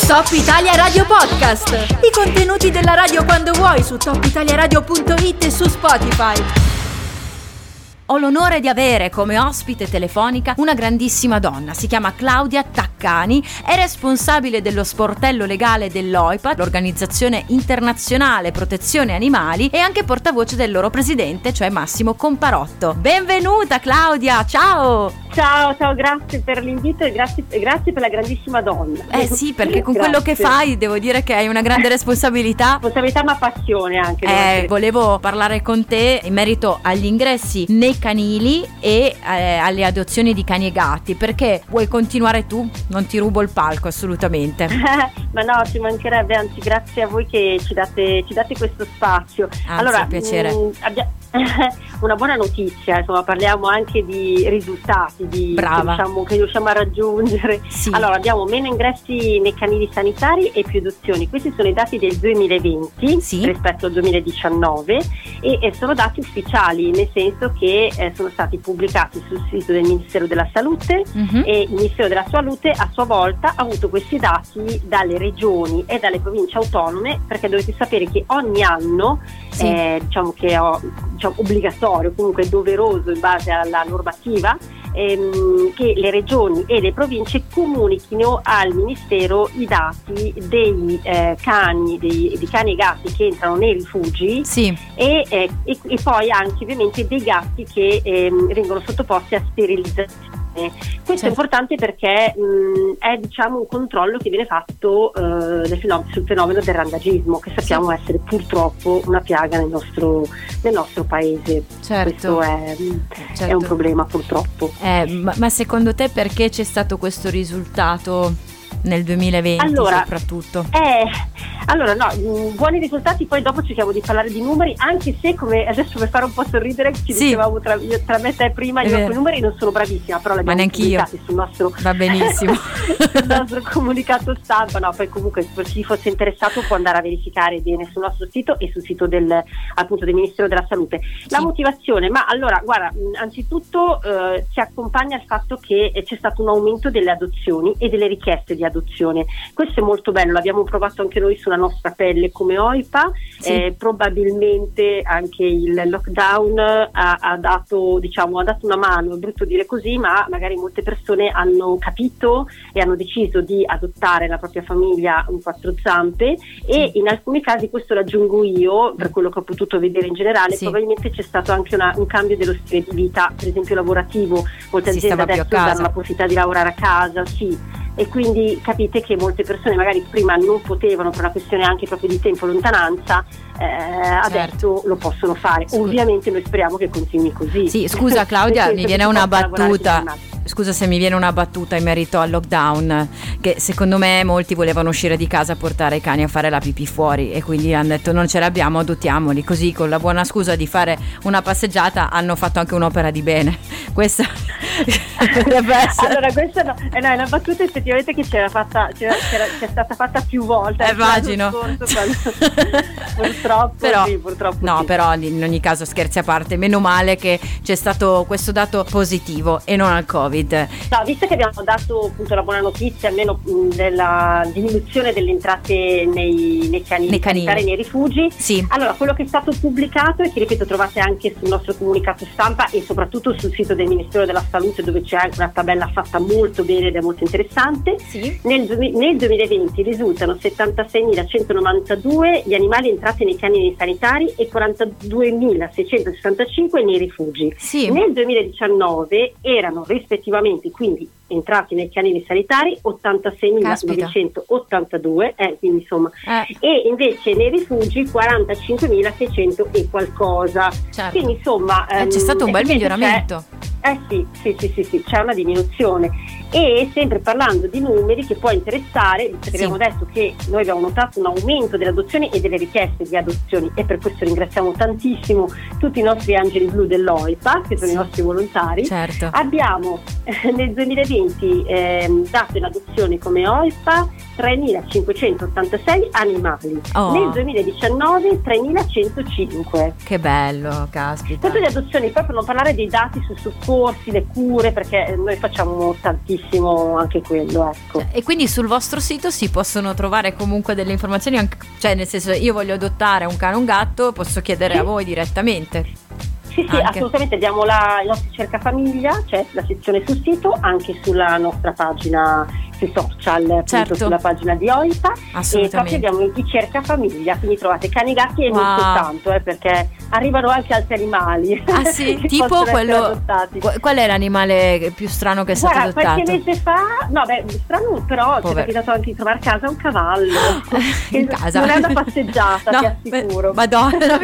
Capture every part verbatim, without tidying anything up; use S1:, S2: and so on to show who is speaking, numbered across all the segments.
S1: Top Italia Radio Podcast. I contenuti della radio quando vuoi su top italia radio punto it e su Spotify. Ho l'onore di avere come ospite telefonica una grandissima donna, si chiama Claudia Taccani, è responsabile dello sportello legale dell'O I P A, l'Organizzazione Internazionale Protezione Animali, e anche portavoce del loro presidente, cioè Massimo Comparotto. Benvenuta Claudia, ciao!
S2: Ciao, ciao, grazie per l'invito e grazie, grazie per la grandissima donna.
S1: Eh sì, perché con
S2: Grazie.
S1: quello che fai devo dire che hai una grande responsabilità.
S2: Responsabilità ma passione anche.
S1: Eh, volevo parlare con te in merito agli ingressi nei canili e eh, alle adozioni di cani e gatti, perché vuoi continuare tu? Non ti rubo il palco assolutamente.
S2: Ma no, ci mancherebbe, anzi grazie a voi che ci date, ci date questo spazio.
S1: Anzi,
S2: allora,
S1: piacere.
S2: Mh, abbia- una buona notizia, insomma, parliamo anche di risultati di,
S1: Brava.
S2: che, diciamo, che riusciamo a raggiungere.
S1: Sì.
S2: Allora, abbiamo meno ingressi nei canili sanitari e più adozioni. Questi sono i dati del duemilaventi
S1: Sì.
S2: rispetto al duemiladiciannove e, e sono dati ufficiali, nel senso che eh, sono stati pubblicati sul sito del Ministero della Salute.
S1: Mhm.
S2: E il Ministero della Salute a sua volta ha avuto questi dati dalle regioni e dalle province autonome, perché dovete sapere che ogni anno
S1: Sì.
S2: eh, diciamo che è diciamo, obbligatorio, comunque doveroso in base alla normativa, ehm, che le regioni e le province comunichino al Ministero i dati dei eh, cani, dei, di cani e gatti che entrano nei rifugi.
S1: Sì.
S2: E, eh, e, e poi anche ovviamente dei gatti che ehm, vengono sottoposti a sterilizzazione. Questo
S1: Certo.
S2: è importante perché mh, è diciamo un controllo che viene fatto eh, del fenomeno, sul fenomeno del randagismo, che sappiamo
S1: Sì.
S2: essere purtroppo una piaga nel nostro, nel nostro paese.
S1: Certo.
S2: Questo è,
S1: Certo.
S2: è un problema purtroppo.
S1: Eh, ma, ma secondo te perché c'è stato questo risultato nel duemilaventi
S2: Allora,
S1: soprattutto?
S2: Eh, allora no, mh, buoni risultati, poi dopo cerchiamo di parlare di numeri, anche se come adesso per fare un po' sorridere ci
S1: Sì.
S2: dicevamo tra, io, tra me e te prima,
S1: È
S2: io
S1: vero.
S2: con i numeri non sono bravissima, però li
S1: Ma
S2: abbiamo
S1: neanch'io.
S2: pubblicati sul nostro
S1: Va benissimo.
S2: sul nostro comunicato stampa. No, poi comunque per chi fosse interessato può andare a verificare bene sul nostro sito e sul sito del appunto del Ministero della Salute. La
S1: Sì.
S2: motivazione, ma allora guarda, mh, anzitutto eh, ci accompagna il fatto che eh, c'è stato un aumento delle adozioni e delle richieste di adozione. Questo è molto bello, l'abbiamo provato anche noi sulla nostra pelle come O I P A.
S1: Sì.
S2: Eh, probabilmente anche il lockdown ha, ha dato diciamo ha dato una mano, è brutto dire così, ma magari molte persone hanno capito e hanno deciso di adottare la propria famiglia in quattro zampe. E in alcuni casi, questo lo aggiungo io per quello che ho potuto vedere in generale,
S1: Sì.
S2: probabilmente c'è stato anche una, un cambio dello stile di vita, per esempio lavorativo. Molte
S1: Si
S2: aziende
S1: stava più a
S2: adesso
S1: casa.
S2: danno la possibilità di lavorare a casa, sì. E quindi capite che molte persone magari prima non potevano per una questione anche proprio di tempo e lontananza, eh, adesso lo possono fare.
S1: Scusa.
S2: Ovviamente noi speriamo che continui così.
S1: Sì, scusa Claudia,
S2: Nel
S1: mi
S2: senso
S1: viene
S2: che
S1: una
S2: si possa lavorare
S1: battuta.
S2: con il
S1: Scusa se mi viene una battuta in merito al lockdown, che secondo me molti volevano uscire di casa a portare i cani a fare la pipì fuori e quindi hanno detto non ce l'abbiamo, adottiamoli, così con la buona scusa di fare una passeggiata hanno fatto anche un'opera di bene. Questa dovrebbe essere.
S2: Allora, questa no, eh, no, è una battuta effettivamente che c'era fatta, c'era, c'era, c'è stata fatta più volte.
S1: Eh,
S2: anche l'anno
S1: immagino.
S2: scorso, quando- purtroppo
S1: Però,
S2: sì, purtroppo
S1: no,
S2: sì.
S1: però in ogni caso scherzi a parte, meno male che c'è stato questo dato positivo e non al Covid.
S2: No, visto che abbiamo dato appunto la buona notizia almeno mh, della diminuzione delle entrate nei, nei canili
S1: Nei canili.
S2: sanitari, nei rifugi,
S1: Sì.
S2: allora quello che è stato pubblicato e che ripeto trovate anche sul nostro comunicato stampa e soprattutto sul sito del Ministero della Salute, dove c'è anche una tabella fatta molto bene ed è molto interessante.
S1: Sì.
S2: Nel, duemi- nel duemilaventi risultano settantaseimilacentonovantadue gli animali entrati nei canili sanitari e quarantaduemilaseicentosettantacinque nei rifugi.
S1: Sì.
S2: Nel duemiladiciannove erano rispettivamente quindi entrati nei canili sanitari ottantaseimilanovecentoottantadue, eh, quindi insomma,
S1: Eh,
S2: e invece nei rifugi quarantacinquemilaseicento e qualcosa.
S1: certo.
S2: Quindi insomma
S1: Eh, c'è
S2: ehm,
S1: stato un bel
S2: effettivamente
S1: miglioramento.
S2: c'è- Eh sì, sì, sì, sì, sì, c'è una diminuzione. E sempre parlando di numeri che può interessare, perché
S1: Sì.
S2: abbiamo detto che noi abbiamo notato un aumento delle adozioni e delle richieste di adozioni e per questo ringraziamo tantissimo tutti i nostri angeli blu dell'O I P A, che sono
S1: Sì.
S2: i nostri volontari.
S1: Certo.
S2: Abbiamo eh, nel duemilaventi ehm, dato in adozione come O I P A tremilacinquecentottantasei animali,
S1: Oh.
S2: nel duemiladiciannove tremilacentocinque.
S1: Che bello, caspita.
S2: Questo di adozioni, poi per non parlare dei dati sul soccorso percorsi, le cure, perché noi facciamo tantissimo anche quello, ecco.
S1: E quindi sul vostro sito si possono trovare comunque delle informazioni, anche, cioè nel senso, io voglio adottare un cane o un gatto, posso chiedere
S2: sì.
S1: a voi direttamente?
S2: Sì, sì, anche. Assolutamente, diamo la, i nostri cercafamiglia, c'è la sezione sul sito, anche sulla nostra pagina, sui social, appunto,
S1: certo.
S2: sulla pagina di OIPA, e proprio abbiamo i cercafamiglia, quindi trovate cani e gatti e wow. non soltanto, eh, perché arrivano anche altri animali.
S1: Ah sì, tipo quello, qual è l'animale più strano che è stato
S2: Guarda,
S1: adottato?
S2: Qualche mese fa, no beh, strano però, ci è capitato anche di trovare a casa un cavallo.
S1: In casa?
S2: Non è una passeggiata, no, ti assicuro.
S1: Madonna,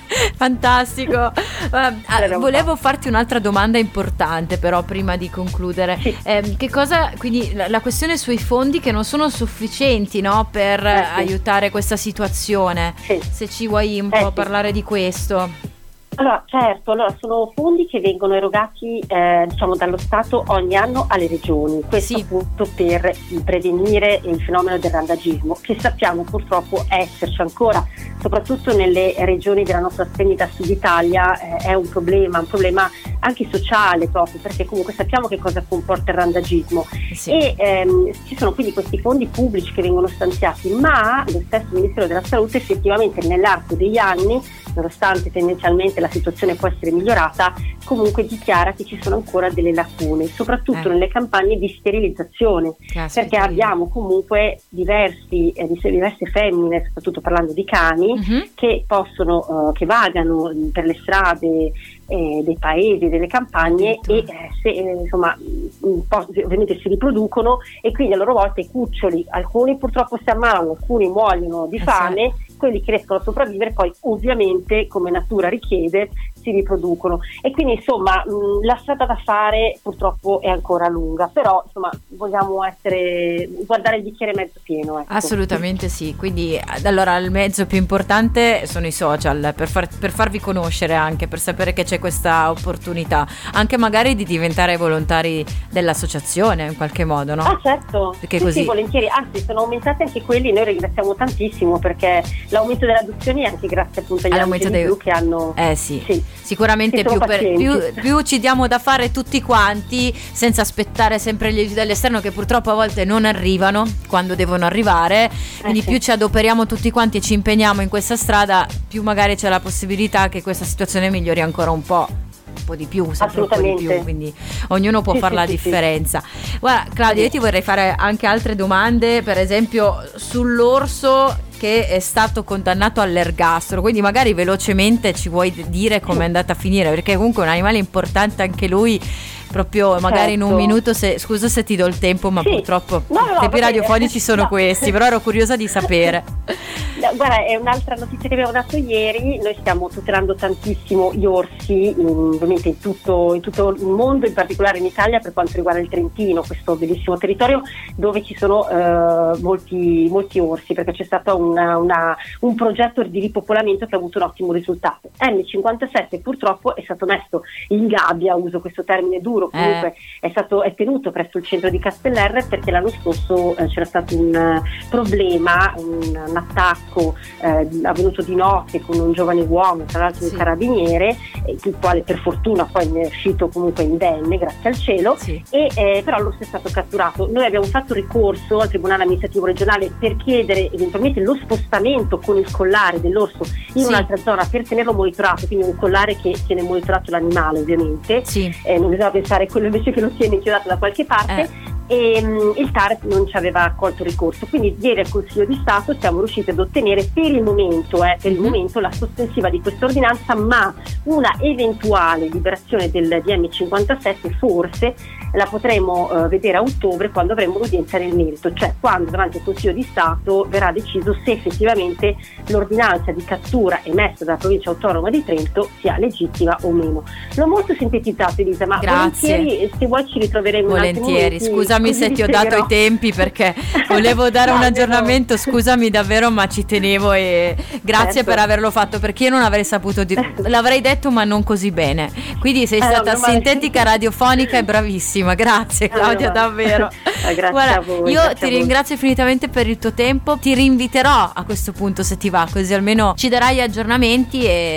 S1: fantastico. Uh, volevo farti un'altra domanda importante però prima di concludere. Sì. Eh, che cosa, quindi la, la questione sui fondi che non sono sufficienti, no, per eh, sì. aiutare questa situazione. Sì. Se ci vuoi un eh, po' sì. parlare di questo.
S2: Allora, certo, allora sono fondi che vengono erogati eh, diciamo dallo Stato ogni anno alle regioni, questo sì. appunto per prevenire il fenomeno del randagismo, che sappiamo purtroppo esserci ancora, soprattutto nelle regioni della nostra splendida Sud Italia, eh, è un problema, un problema anche sociale proprio, perché comunque sappiamo che cosa comporta il randagismo sì. e ehm, ci sono quindi questi fondi pubblici che vengono stanziati, ma lo stesso Ministero della Salute effettivamente nell'arco degli anni, nonostante tendenzialmente la situazione può essere migliorata, comunque dichiara che ci sono ancora delle lacune, soprattutto eh. nelle campagne di sterilizzazione, Caspita perché abbiamo comunque diversi, eh, diverse femmine, soprattutto parlando di cani, uh-huh. che possono, uh, che vagano per le strade eh, dei paesi, delle campagne e eh, se, eh, insomma ovviamente si riproducono e quindi a loro volta i cuccioli, alcuni purtroppo si ammalano, alcuni muoiono di fame, eh sì. quelli che riescono a sopravvivere poi ovviamente come natura richiede si riproducono e quindi insomma mh, la strada da fare purtroppo è ancora lunga, però insomma vogliamo essere guardare il bicchiere mezzo pieno, ecco.
S1: Assolutamente sì, quindi allora il mezzo più importante sono i social per, far, per farvi conoscere, anche per sapere che c'è questa opportunità anche magari di diventare volontari dell'associazione in qualche modo, no?
S2: Ah certo,
S1: perché
S2: sì,
S1: così...
S2: sì, volentieri, anzi sono aumentati anche quelli, noi ringraziamo tantissimo perché l'aumento delle adozioni è anche grazie appunto agli angeli
S1: dei...
S2: blu che hanno
S1: eh sì, sì. Sicuramente più, per, più, più ci diamo da fare tutti quanti senza aspettare sempre gli aiuti dall'esterno che purtroppo a volte non arrivano quando devono arrivare, quindi eh sì. più ci adoperiamo tutti quanti e ci impegniamo in questa strada, più magari c'è la possibilità che questa situazione migliori ancora un po'. un po' di più, sempre un po' di più, quindi ognuno può sì, fare sì, la sì, differenza. Sì. Guarda Claudia, sì. io ti vorrei fare anche altre domande, per esempio sull'orso che è stato condannato all'ergastolo, quindi magari velocemente ci vuoi dire com'è andata a finire, perché comunque è un animale importante anche lui, proprio magari certo. in un minuto, se, scusa se ti do il tempo, ma sì. purtroppo
S2: no, no,
S1: i tempi radiofonici sono
S2: no.
S1: questi, però ero curiosa di sapere.
S2: No, guarda, è un'altra notizia che abbiamo dato ieri, noi stiamo tutelando tantissimo gli orsi, in, ovviamente in tutto, in tutto il mondo, in particolare in Italia per quanto riguarda il Trentino, questo bellissimo territorio dove ci sono eh, molti, molti orsi, perché c'è stato una, una, un progetto di ripopolamento che ha avuto un ottimo risultato. emme cinquantasette purtroppo è stato messo in gabbia, uso questo termine duro, comunque eh. è stato è tenuto presso il centro di Castellerre perché l'anno scorso eh, c'era stato un uh, problema, un, un attacco eh, avvenuto di notte con un giovane uomo, tra l'altro sì. un carabiniere, eh, il quale per fortuna poi ne è uscito comunque indenne, grazie al cielo, sì. e eh, però l'orso è stato catturato. Noi abbiamo fatto ricorso al Tribunale Amministrativo Regionale per chiedere eventualmente lo spostamento con il collare dell'orso in sì. un'altra zona per tenerlo monitorato, quindi un collare che tiene monitorato l'animale ovviamente, sì. eh, non bisogna pensare quello invece che lo tiene inchiodato da qualche parte, eh. e um, il T A R non ci aveva accolto ricorso, quindi ieri al Consiglio di Stato siamo riusciti ad ottenere per il momento, eh, per il mm-hmm. momento la sospensiva di questa ordinanza, ma una eventuale liberazione del D M cinquantasette forse la potremo uh, vedere a ottobre, quando avremo l'udienza nel merito, cioè quando davanti al Consiglio di Stato verrà deciso se effettivamente l'ordinanza di cattura emessa dalla provincia autonoma di Trento sia legittima o meno. L'ho molto sintetizzato, Elisa, ma
S1: Grazie.
S2: volentieri se vuoi ci ritroveremo
S1: volentieri, scusami se ti ho dato i tempi perché volevo dare no, un aggiornamento, devo... scusami davvero, ma ci tenevo e grazie certo. per averlo fatto, perché io non avrei saputo dire, l'avrei detto ma non così bene, quindi sei eh, stata no, sintetica, radiofonica e bravissima, grazie Claudia, allora, davvero.
S2: Grazie
S1: Guarda,
S2: a voi.
S1: Io
S2: grazie
S1: ti
S2: a voi.
S1: ringrazio infinitamente per il tuo tempo, ti rinviterò a questo punto se ti va, così almeno ci darai aggiornamenti e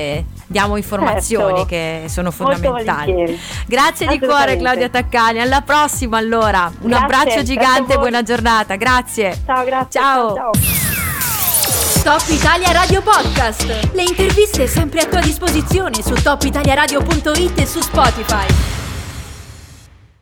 S1: diamo informazioni
S2: certo,
S1: che sono fondamentali. Grazie di cuore Claudia Taccani, alla prossima allora, un
S2: grazie,
S1: abbraccio gigante e buona giornata, grazie.
S2: Ciao, grazie.
S1: Ciao.
S2: ciao.
S1: Top Italia Radio Podcast, le interviste sempre a tua disposizione su top italia radio punto it e su Spotify.